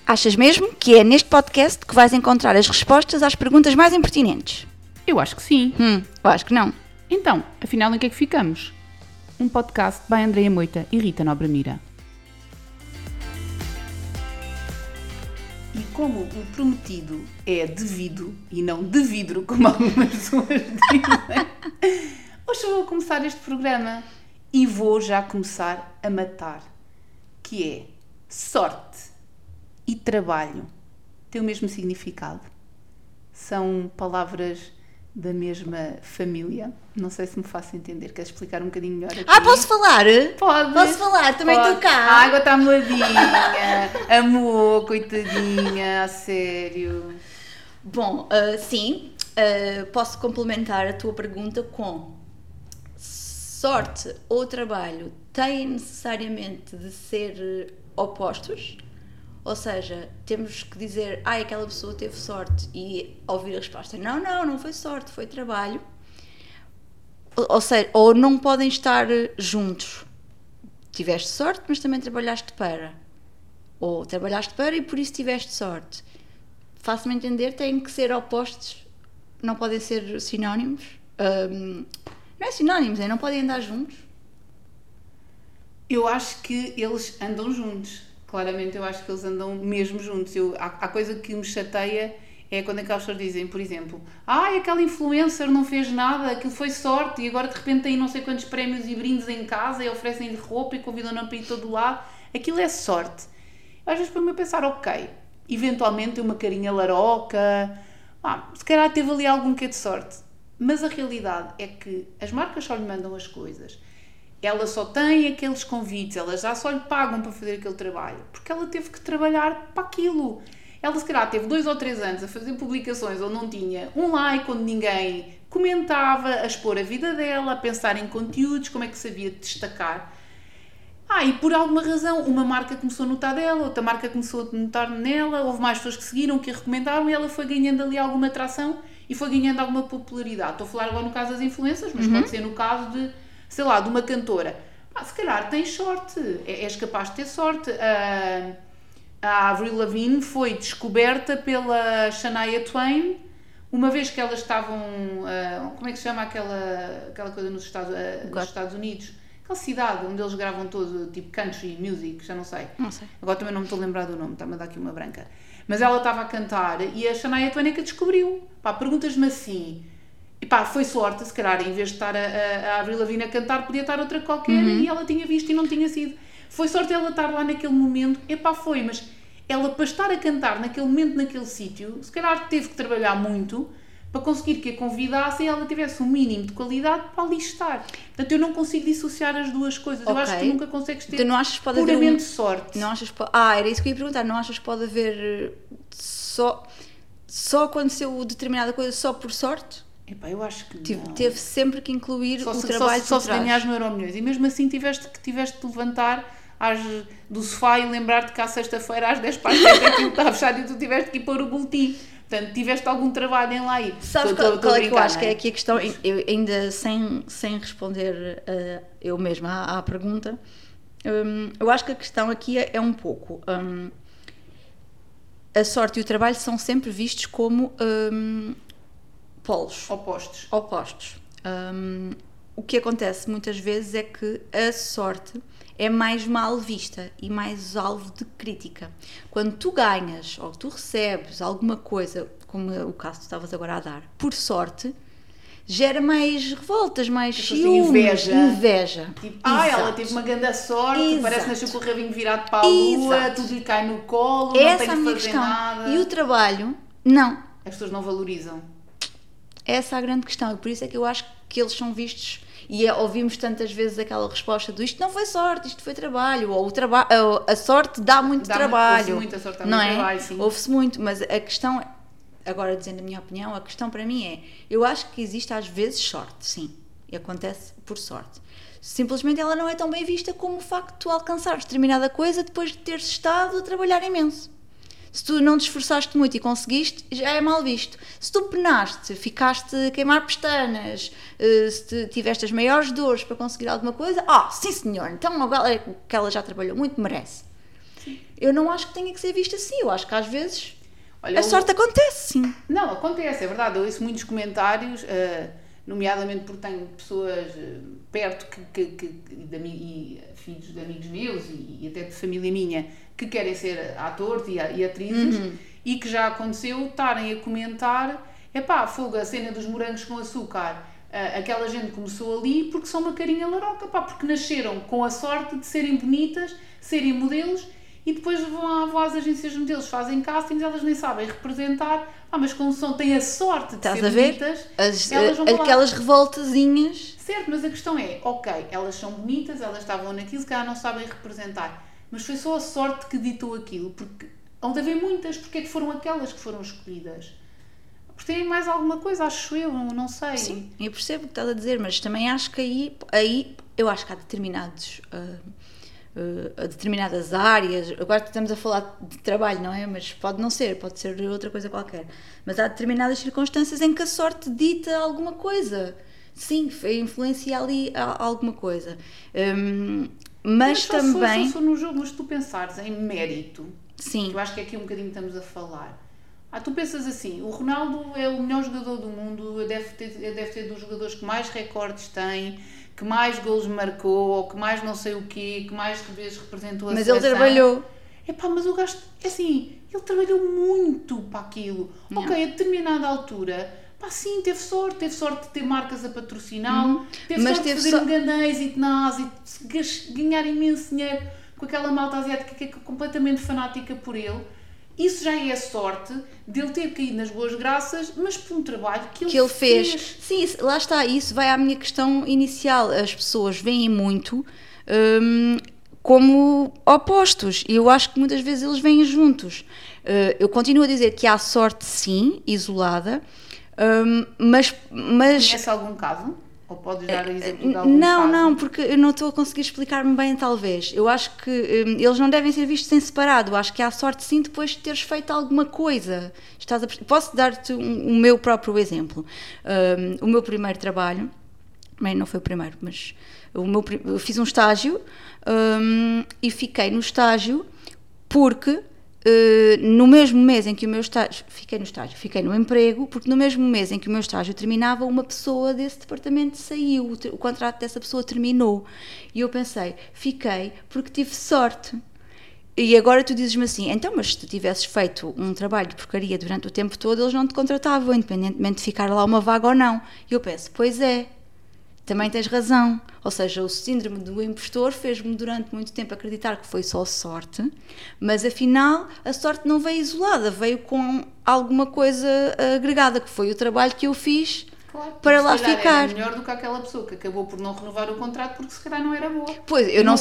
Achas mesmo que é neste podcast que vais encontrar as respostas às perguntas mais impertinentes? Eu acho que sim. Eu acho que não. Então, afinal, em que é que ficamos? Um podcast by Andreia Moita e Rita Nobre Mira. E como o prometido é devido e não de vidro, como algumas pessoas dizem, hoje eu vou começar este programa e vou já começar a matar, que é sorte e trabalho. Tem o mesmo significado? São palavras da mesma família? Não sei se me faço entender. Queres explicar um bocadinho melhor aqui? Posso falar? Pode. Posso falar? Também estou cá. A água está moladinha. Amor, coitadinha, a sério. Bom, sim. Posso complementar a tua pergunta com sorte ou trabalho têm necessariamente de ser opostos? Ou seja, temos que dizer, aquela pessoa teve sorte e ouvir a resposta, não foi sorte, foi trabalho. Ou seja, ou não podem estar juntos. Tiveste sorte, mas também trabalhaste para. Ou trabalhaste para e por isso tiveste sorte. Faço-me entender, têm que ser opostos, não podem ser sinónimos. Não é sinónimos, não podem andar juntos. Eu acho que eles andam juntos. Claramente eu acho que eles andam mesmo juntos. Há coisa que me chateia é quando aquelas pessoas dizem, por exemplo, aquela influencer não fez nada, aquilo foi sorte e agora de repente tem não sei quantos prémios e brindes em casa e oferecem-lhe roupa e convidam-na para ir todo lado. Aquilo é sorte. Às vezes para mim pensar, ok, eventualmente tem uma carinha laroca, se calhar teve ali algum quê de sorte. Mas a realidade é que as marcas só lhe mandam as coisas. Ela só tem aqueles convites, elas já só lhe pagam para fazer aquele trabalho, porque ela teve que trabalhar para aquilo. Ela se calhar teve 2 ou 3 anos a fazer publicações onde não tinha um like, onde ninguém comentava, a expor a vida dela, a pensar em conteúdos, como é que sabia destacar. E por alguma razão uma marca começou a notar dela, outra marca começou a notar nela, houve mais pessoas que seguiram, que a recomendaram e ela foi ganhando ali alguma atração e foi ganhando alguma popularidade. Estou a falar agora no caso das influências, mas pode ser no caso de, sei lá, de uma cantora. Se calhar tens sorte, és capaz de ter sorte. A Avril Lavigne foi descoberta pela Shania Twain uma vez que elas estavam, como é que se chama aquela coisa nos Estados Unidos? Aquela cidade onde eles gravam todo, tipo country music, já não sei. Não sei. Agora também não me estou a lembrar do nome, está-me a dar aqui uma branca. Mas ela estava a cantar e a Shania Twain é que a descobriu. Perguntas-me assim, foi sorte, se calhar, em vez de estar a Avril Lavigne a cantar, podia estar outra qualquer e ela tinha visto e não tinha sido. Foi sorte ela estar lá naquele momento, foi, mas ela para estar a cantar naquele momento, naquele sítio, se calhar teve que trabalhar muito para conseguir que a convidasse e ela tivesse um mínimo de qualidade para ali estar. Portanto, eu não consigo dissociar as duas coisas. Okay. Eu acho que tu nunca consegues ter puramente sorte. Não achas era isso que eu ia perguntar. Não achas que pode haver só aconteceu determinada coisa só por sorte? Eu acho que não. Teve sempre que incluir o trabalho só se ganhares no Euromilhões. E mesmo assim tiveste de levantar do sofá e lembrar-te que à sexta-feira às 10 para as 7 aquilo está fechado e tu tiveste que ir pôr o boletim. Portanto, tiveste algum trabalho em lá ir. Sabes qual é que eu acho que é aqui a questão? Eu ainda sem responder eu mesma à pergunta, eu acho que a questão aqui é um pouco... a sorte e o trabalho são sempre vistos como polos. Opostos. O que acontece muitas vezes é que a sorte é mais mal vista e mais alvo de crítica. Quando tu ganhas ou tu recebes alguma coisa, como o caso que tu estavas agora a dar, por sorte, gera mais mais ciúmes, inveja. Tipo, ela teve uma grande sorte, exato. Parece que nasceu com o rabinho virado para a lua, exato. Tudo lhe cai no colo, não tem que fazer nada. E o trabalho, não. As pessoas não valorizam. Essa é a grande questão, e por isso é que eu acho que eles são vistos, e ouvimos tantas vezes aquela resposta do isto não foi sorte, isto foi trabalho, ou a sorte dá muito trabalho. Ouve-se muito a sorte, dá muito trabalho, sim. Ouve-se muito, mas a questão, agora dizendo a minha opinião, a questão para mim é, eu acho que existe às vezes sorte, sim, e acontece por sorte. Simplesmente ela não é tão bem vista como o facto de tu alcançares determinada coisa depois de teres estado a trabalhar imenso. Se tu não te esforçaste muito e conseguiste, já é mal visto. Se tu penaste, ficaste a queimar pestanas, se tiveste as maiores dores para conseguir alguma coisa, sim senhor, então que ela já trabalhou muito, merece. Eu não acho que tenha que ser visto assim. Eu acho que às vezes Olha, a sorte acontece, sim. Não, acontece, é verdade. Eu ouço muitos comentários, nomeadamente porque tenho pessoas perto e filhos de amigos meus e até de família minha que querem ser atores e atrizes e que já aconteceu estarem a comentar: epá, fogo, a cena dos morangos com açúcar. Aquela gente começou ali porque são uma carinha laroca, pá, porque nasceram com a sorte de serem bonitas, serem modelos, e depois vão às agências de modelos, fazem castings, elas nem sabem representar, mas como têm a sorte de Estás ser a ver? bonitas, elas vão lá. Aquelas revoltazinhas. Certo, mas a questão é, ok, elas são bonitas, elas estavam naquilo, se calhar não sabem representar, mas foi só a sorte que ditou aquilo, porque hão de haver muitas, porque é que foram aquelas que foram escolhidas? Porque tem mais alguma coisa, acho eu, não sei. Sim, eu percebo o que estás a dizer, mas também acho que aí eu acho que há determinadas áreas. Agora estamos a falar de trabalho, não é? Mas pode não ser, pode ser outra coisa qualquer. Mas há determinadas circunstâncias em que a sorte dita alguma coisa. Sim, influencia ali alguma coisa. Mas também... Só no jogo, mas se tu pensares em mérito, sim. eu acho que é aqui um bocadinho estamos a falar. Tu pensas assim, o Ronaldo é o melhor jogador do mundo, deve ter dos jogadores que mais recordes tem, que mais golos marcou, ou que mais não sei o quê, que mais vezes representou a seleção. Mas ele trabalhou. Mas o gajo, assim, ele trabalhou muito para aquilo. Não. Ok, a determinada altura, sim, teve sorte de ter marcas a patrociná-lo, teve sorte de fazer um grande êxito na Ásia, de ganhar imenso dinheiro com aquela malta asiática que é completamente fanática por ele. Isso já é a sorte dele ter caído nas boas graças, mas por um trabalho que ele fez. Sim, lá está, isso vai à minha questão inicial. As pessoas veem muito como opostos, e eu acho que muitas vezes eles vêm juntos. Eu continuo a dizer que há sorte, sim, isolada, mas... Conhece algum caso? Ou podes dar exemplo de algum caso? Não, porque eu não estou a conseguir explicar-me bem, talvez. Eu acho que eles não devem ser vistos em separado. Eu acho que há sorte, sim, depois de teres feito alguma coisa. Posso dar-te o meu próprio exemplo. O meu primeiro trabalho, bem, não foi o primeiro, mas eu fiz um estágio e fiquei no estágio porque... no mesmo mês em que o meu estágio... Fiquei no emprego, porque no mesmo mês em que o meu estágio terminava, uma pessoa desse departamento saiu, o contrato dessa pessoa terminou. E eu pensei, fiquei porque tive sorte. E agora tu dizes-me assim, então, mas se tu tivesses feito um trabalho de porcaria durante o tempo todo, eles não te contratavam, independentemente de ficar lá uma vaga ou não. E eu penso, pois é, também tens razão. Ou seja, o síndrome do impostor fez-me durante muito tempo acreditar que foi só sorte, mas afinal a sorte não veio isolada, veio com alguma coisa agregada, que foi o trabalho que eu fiz, claro, para lá ficar. Era melhor do que aquela pessoa que acabou por não renovar o contrato porque se calhar não era boa. Pois, eu não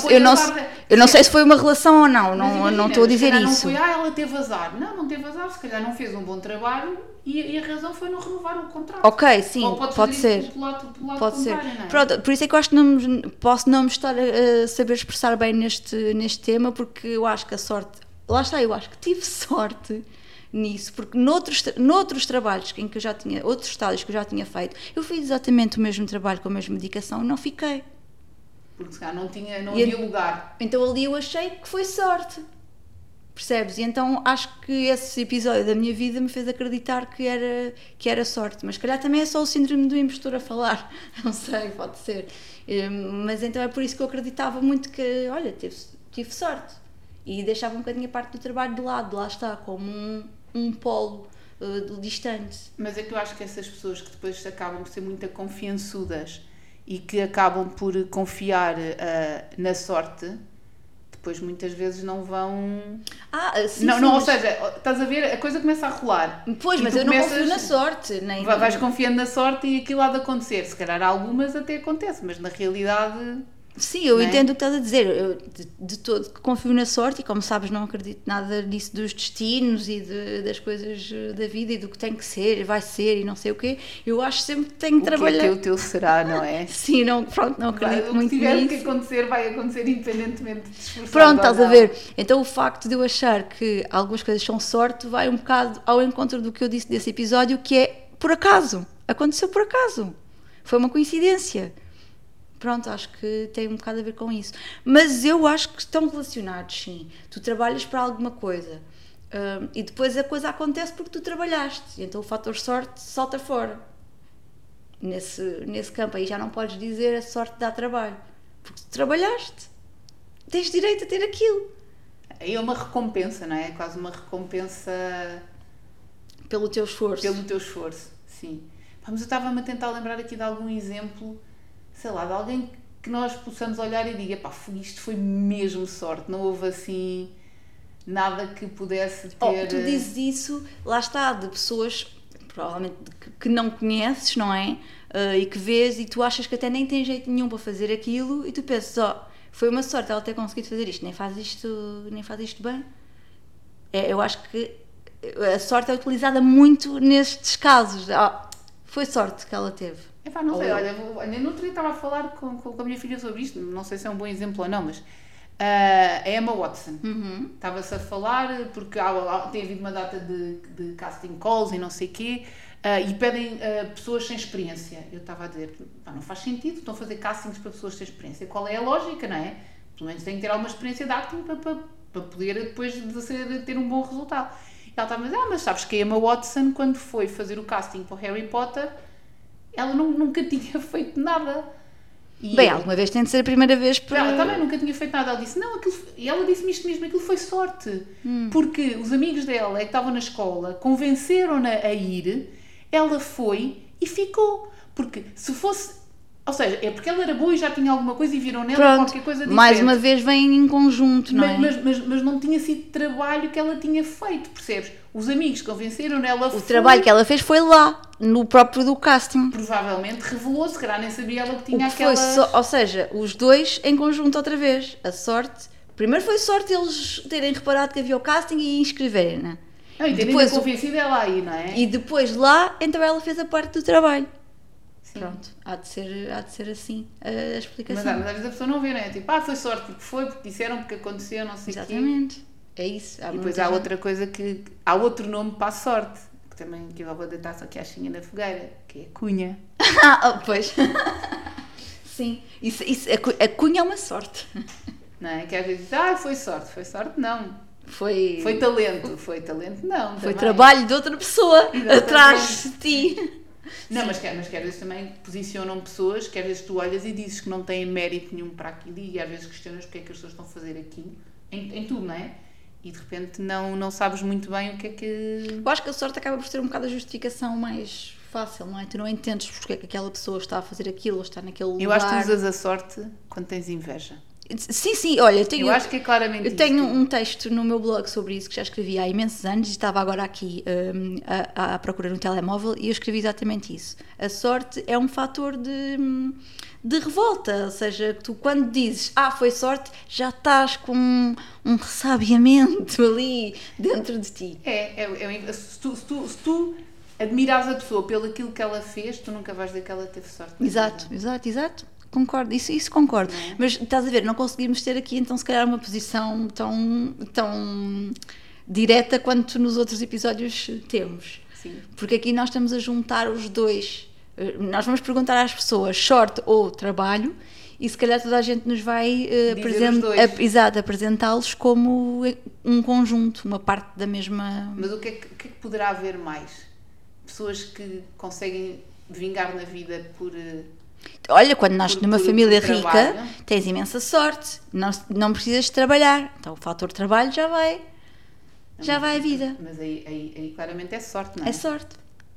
sei se foi uma relação ou não, não estou a dizer isso. Não foi, ela teve azar. Não teve azar, se calhar não fez um bom trabalho e a razão foi não renovar o contrato. Ok, sim, pode ser. Pode ser. Pronto, por isso é que eu acho que posso não me estar a saber expressar bem neste tema, porque eu acho que a sorte... Lá está, eu acho que tive sorte nisso, porque noutros trabalhos em que eu já tinha, outros estágios que eu já tinha feito, eu fiz exatamente o mesmo trabalho com a mesma dedicação e não fiquei. Porque se calhar não havia lugar. Então ali eu achei que foi sorte. Percebes? E então acho que esse episódio da minha vida me fez acreditar que era sorte. Mas se calhar também é só o síndrome do impostor a falar. Não sei, pode ser. Mas então é por isso que eu acreditava muito que, olha, tive sorte. E deixava um bocadinho a parte do trabalho de lado. Lá está, como um polo distante. Mas é que eu acho que essas pessoas que depois acabam por ser muito confiançudas e que acabam por confiar na sorte... depois muitas vezes não vão... sim, não, ou seja, estás a ver, a coisa começa a rolar. Pois, mas eu não confio na sorte. Vais confiando na sorte e aquilo há de acontecer. Se calhar algumas até acontece, mas na realidade... Sim, eu entendo o que estás a dizer. Eu de todo confio na sorte e, como sabes, não acredito nada disso dos destinos e das coisas da vida e do que tem que ser, vai ser e não sei o quê. Eu acho sempre que tenho que trabalhar... O teu será, não é? Sim, não acredito muito nisso. O que tiver que acontecer, vai acontecer independentemente de esforçar. Pronto, estás a ver. Então o facto de eu achar que algumas coisas são sorte vai um bocado ao encontro do que eu disse desse episódio, que é por acaso. Aconteceu por acaso. Foi uma coincidência. Pronto, acho que tem um bocado a ver com isso. Mas eu acho que estão relacionados, sim. Tu trabalhas para alguma coisa e depois a coisa acontece porque tu trabalhaste. Então o fator sorte salta fora. Nesse campo aí já não podes dizer a sorte dá trabalho. Porque tu trabalhaste. Tens direito a ter aquilo. Aí é uma recompensa, não é? É quase uma recompensa... Pelo teu esforço. Pelo teu esforço, sim. Mas eu estava-me a tentar lembrar aqui de algum exemplo, sei lá, de alguém que nós possamos olhar e diga, pá, isto foi mesmo sorte, não houve assim nada que pudesse ter... Tu dizes isso, lá está, de pessoas, provavelmente, que não conheces, não é? E que vês e tu achas que até nem tem jeito nenhum para fazer aquilo e tu pensas, foi uma sorte ela ter conseguido fazer isto, nem faz isto bem. Eu acho que a sorte é utilizada muito nestes casos. Foi sorte que ela teve. Não sei, olha, nem no outro dia estava a falar com a minha filha sobre isto, não sei se é um bom exemplo ou não, mas a Emma Watson estava-se a falar porque tem havido uma data de casting calls e não sei o quê, e pedem pessoas sem experiência. Eu estava a dizer, não faz sentido, estão a fazer castings para pessoas sem experiência. Qual é a lógica, não é? Pelo menos têm que ter alguma experiência de acting para poder depois ter um bom resultado. E ela estava a dizer, mas sabes que a Emma Watson, quando foi fazer o casting para o Harry Potter, ela nunca tinha feito nada. Alguma vez tem de ser a primeira vez para... Ela também nunca tinha feito nada. Ela disse, e ela disse-me isto mesmo, aquilo foi sorte. Porque os amigos dela, que estavam na escola, convenceram-na a ir, ela foi e ficou. Porque se fosse... Ou seja, é porque ela era boa e já tinha alguma coisa e viram nela qualquer coisa diferente. Mais uma vez vem em conjunto, não é? Mas não tinha sido trabalho que ela tinha feito, percebes? Os amigos convenceram nela. O trabalho que ela fez foi lá, no próprio do casting. Provavelmente revelou-se, se calhar nem sabia ela que tinha aquela. Ou seja, os dois em conjunto outra vez. A sorte. Primeiro foi sorte eles terem reparado que havia o casting e inscreverem, não é? Não, e terem convencido ela aí, não é? E depois lá, então ela fez a parte do trabalho. Sim. Pronto, há de ser assim a explicação. Mas às vezes a pessoa não vê, não é? Tipo, foi sorte porque disseram, porque aconteceu, não sei o quê. Exatamente, é isso. E depois há outra coisa que... Há outro nome para a sorte, que também que eu vou deitar só que a chinha na fogueira, que é a cunha. Pois. Sim, isso, a cunha é uma sorte. Não é? Que às vezes diz, foi sorte não. Foi talento não. Foi também. Trabalho de outra pessoa. Exatamente. Atrás de ti. Não, mas que às vezes também posicionam pessoas que às vezes tu olhas e dizes que não têm mérito nenhum para aquilo e às vezes questionas porque é que as pessoas estão a fazer aquilo, em tudo, não é? E de repente não sabes muito bem o que é que... Eu acho que a sorte acaba por ser um bocado a justificação mais fácil, não é? Tu não entendes porque é que aquela pessoa está a fazer aquilo ou está naquele lugar. Eu acho que tu usas a sorte quando tens inveja. Sim, olha, eu acho que é claramente eu tenho um texto no meu blog sobre isso que já escrevi há imensos anos e estava agora aqui a procurar no telemóvel e eu escrevi exatamente isso. A sorte é um fator de revolta, ou seja, tu quando dizes foi sorte, já estás com um ressabiamento ali dentro de ti. Se tu admirares a pessoa pelo aquilo que ela fez, tu nunca vais dizer que ela teve sorte. Exato. Concordo, isso concordo. Mas estás a ver, não conseguimos ter aqui então se calhar uma posição tão direta quanto nos outros episódios temos. Sim. Porque aqui nós estamos a juntar os dois. Nós vamos perguntar às pessoas sorte ou trabalho e se calhar toda a gente nos vai apresentá-los como um conjunto, uma parte da mesma... Mas o que é que poderá haver mais? Pessoas que conseguem vingar na vida por... Olha, quando nasces numa família rica, tens imensa sorte, não precisas de trabalhar, então o fator trabalho já vai a vida. Mas aí claramente é sorte, não é? É sorte.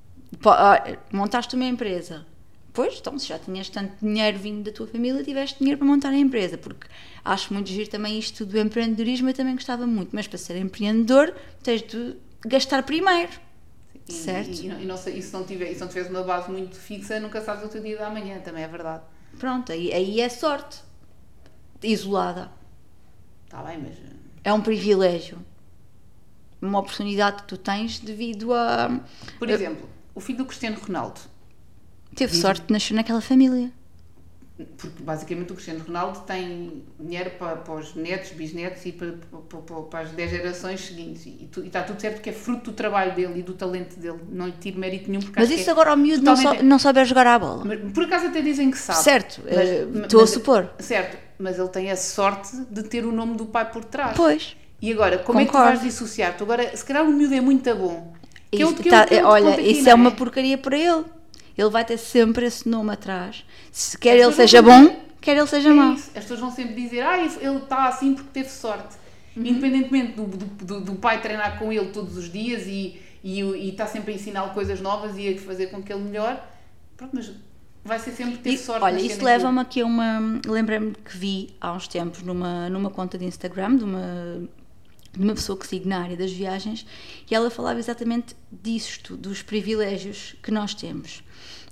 Montaste uma empresa, pois, então se já tinhas tanto dinheiro vindo da tua família, tiveste dinheiro para montar a empresa, porque acho muito giro também isto do empreendedorismo, eu também gostava muito, mas para ser empreendedor tens de gastar primeiro. Certo. E se não tiveres uma base muito fixa, nunca sabes o teu dia da manhã, também é verdade. Pronto, aí é sorte. Isolada. Está bem, mas... É um privilégio. Uma oportunidade que tu tens devido a... Por exemplo, o filho do Cristiano Ronaldo. Teve sorte de nascer naquela família. Porque basicamente o Cristiano Ronaldo tem dinheiro para os netos, bisnetos e para as 10 gerações seguintes. E está tudo certo que é fruto do trabalho dele e do talento dele. Não lhe tiro mérito nenhum. Porque mas isso agora ao miúdo não souber jogar à bola. Mas, por acaso até dizem que sabe. Certo, estou a supor. Certo, mas ele tem a sorte de ter o nome do pai por trás. Pois. E agora, como Concordo. é que tu vais dissociar? Tu agora, se calhar o miúdo é muito bom. Olha, isso é uma porcaria para ele. Ele vai ter sempre esse nome atrás. Se quer ele seja bom, quer ele seja mau. As pessoas vão sempre dizer, ele está assim porque teve sorte. Independentemente do pai treinar com ele todos os dias e está sempre a ensinar coisas novas e a fazer com que ele melhore. Pronto, mas vai ser sempre ter sorte. Olha, isso leva-me aqui a uma... Lembrei-me que vi há uns tempos numa conta de Instagram de uma pessoa que sigo na área das viagens, e ela falava exatamente disto, dos privilégios que nós temos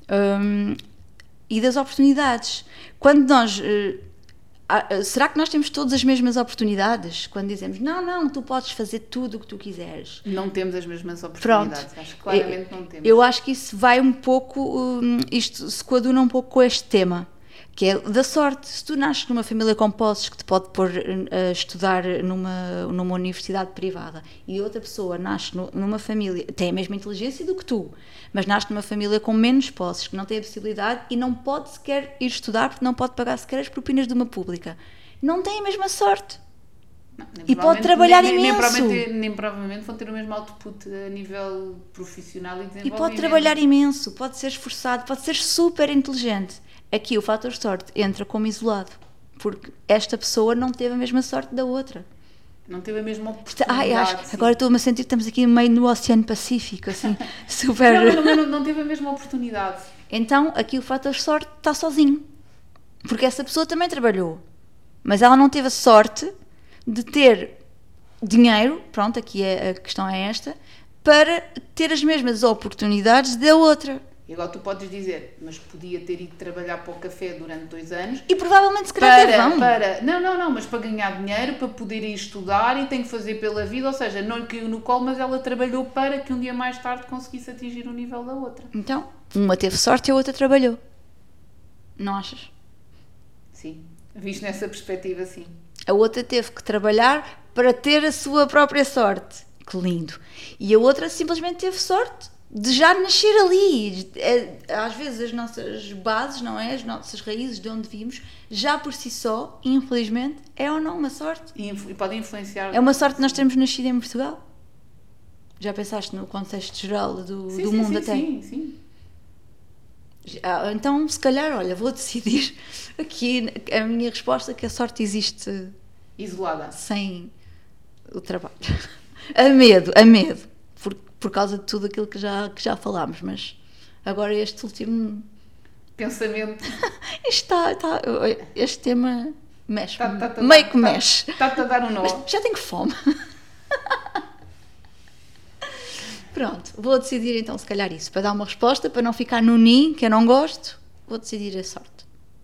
e das oportunidades. Quando nós... será que nós temos todas as mesmas oportunidades? Quando dizemos, não, tu podes fazer tudo o que tu quiseres. Não temos as mesmas oportunidades. Pronto. Acho que claramente não temos. Eu acho que isso vai um pouco... isto se coaduna um pouco com este tema, que é da sorte. Se tu nasces numa família com posses que te pode pôr a estudar numa universidade privada, e outra pessoa nasce numa família, tem a mesma inteligência do que tu, mas nasce numa família com menos posses, que não tem a possibilidade e não pode sequer ir estudar porque não pode pagar sequer as propinas de uma pública, não tem a mesma sorte. Não, e pode trabalhar imenso. Nem provavelmente vão ter o mesmo output a nível profissional e desenvolvimento. E pode trabalhar imenso, pode ser esforçado, pode ser super inteligente. Aqui o fator sorte entra como isolado, porque esta pessoa não teve a mesma sorte da outra. Não teve a mesma oportunidade. Agora estou-me a sentir que estamos aqui meio no Oceano Pacífico, assim, super... Não teve a mesma oportunidade. Então, aqui o fator sorte está sozinho, porque essa pessoa também trabalhou, mas ela não teve a sorte de ter dinheiro, pronto, aqui a questão é esta, para ter as mesmas oportunidades da outra. E agora tu podes dizer, mas podia ter ido trabalhar para o café durante 2 anos. E provavelmente se calhar mas para ganhar dinheiro, para poder ir estudar e tem que fazer pela vida, ou seja, não lhe caiu no colo, mas ela trabalhou para que um dia mais tarde conseguisse atingir o nível da outra. Então, uma teve sorte e a outra trabalhou. Não achas? Sim, visto nessa perspectiva, sim. A outra teve que trabalhar para ter a sua própria sorte. Que lindo. E a outra simplesmente teve sorte de já nascer ali. Às vezes as nossas bases, não é? As nossas raízes de onde vimos, já por si só, infelizmente, é ou não uma sorte. E podem influenciar. É uma sorte nós termos nascido em Portugal. Já pensaste no contexto geral do mundo até? Sim. Então, se calhar, olha, vou decidir aqui a minha resposta, que a sorte existe isolada, sem o trabalho. A medo. Por causa de tudo aquilo que já falámos, mas agora este último pensamento, este tema mexe, meio que mexe. Está-te a dar um nó. Mas já tenho fome. Pronto, vou decidir então se calhar isso, para dar uma resposta, para não ficar no ni, que eu não gosto, vou decidir a sorte.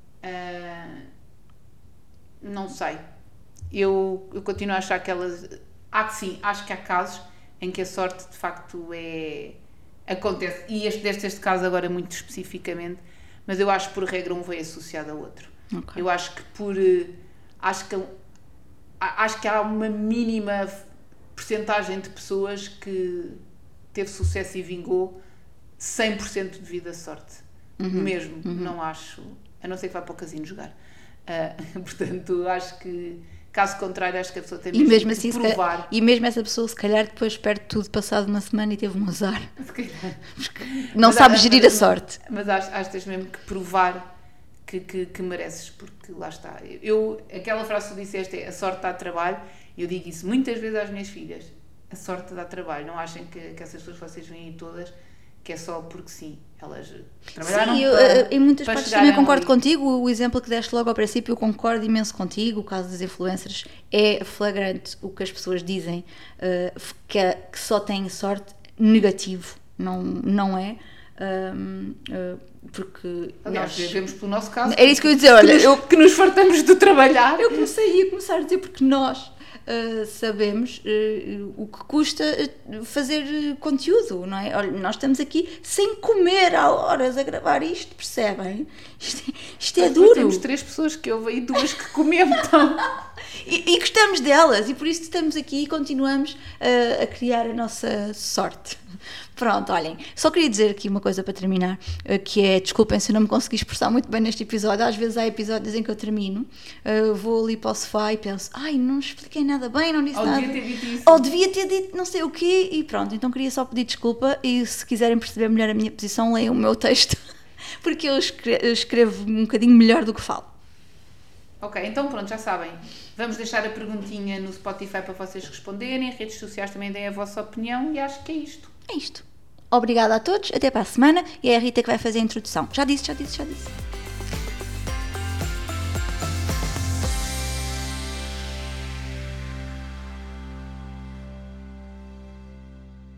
Não sei. Eu continuo a achar que elas... sim, acho que há casos em que a sorte de facto acontece, e este caso agora muito especificamente, mas eu acho que por regra um veio associado ao outro. Okay. Eu acho que acho que há uma mínima percentagem de pessoas que teve sucesso e vingou 100% devido à sorte. Mesmo, não acho, a não ser que vá para o casino jogar. Portanto, acho que caso contrário, acho que a pessoa tem mesmo assim, que provar. E mesmo essa pessoa, se calhar, depois perde tudo passado uma semana e teve um azar. Não sabe gerir a sorte. Mas acho que tens mesmo que provar que mereces, porque lá está. Aquela frase que tu disseste é: a sorte dá trabalho. Eu digo isso muitas vezes às minhas filhas: a sorte dá trabalho. Não achem que essas pessoas que vocês veem todas, que é só porque sim. Elas trabalharam. Sim, em muitas partes também concordo contigo. O exemplo que deste logo ao princípio, eu concordo imenso contigo. O caso das influencers é flagrante. O que as pessoas dizem que só têm sorte, negativo, não é? Porque aliás, vemos pelo nosso caso. Era isso que eu ia dizer, olha, que nos fartamos de trabalhar. Ia começar a dizer porque nós sabemos o que custa fazer conteúdo, não é? Olha, nós estamos aqui sem comer há horas a gravar isto, percebem? Isto é duro. Temos 3 pessoas que ouvem e 2 que comentam. E gostamos delas, e por isso estamos aqui e continuamos a criar a nossa sorte. Pronto, olhem, só queria dizer aqui uma coisa para terminar, que é, desculpem se eu não me consegui expressar muito bem neste episódio, às vezes há episódios em que eu termino, vou ali para o sofá e penso, não expliquei nada bem, não disse nada. Ou devia ter dito isso. Ou devia ter dito não sei o quê, e pronto, então queria só pedir desculpa, e se quiserem perceber melhor a minha posição, leiam o meu texto, porque eu escrevo um bocadinho melhor do que falo. Ok, então pronto, já sabem. Vamos deixar a perguntinha no Spotify para vocês responderem, as redes sociais também deem a vossa opinião e acho que é isto. É isto. Obrigada a todos, até para a semana, e é a Rita que vai fazer a introdução. Já disse.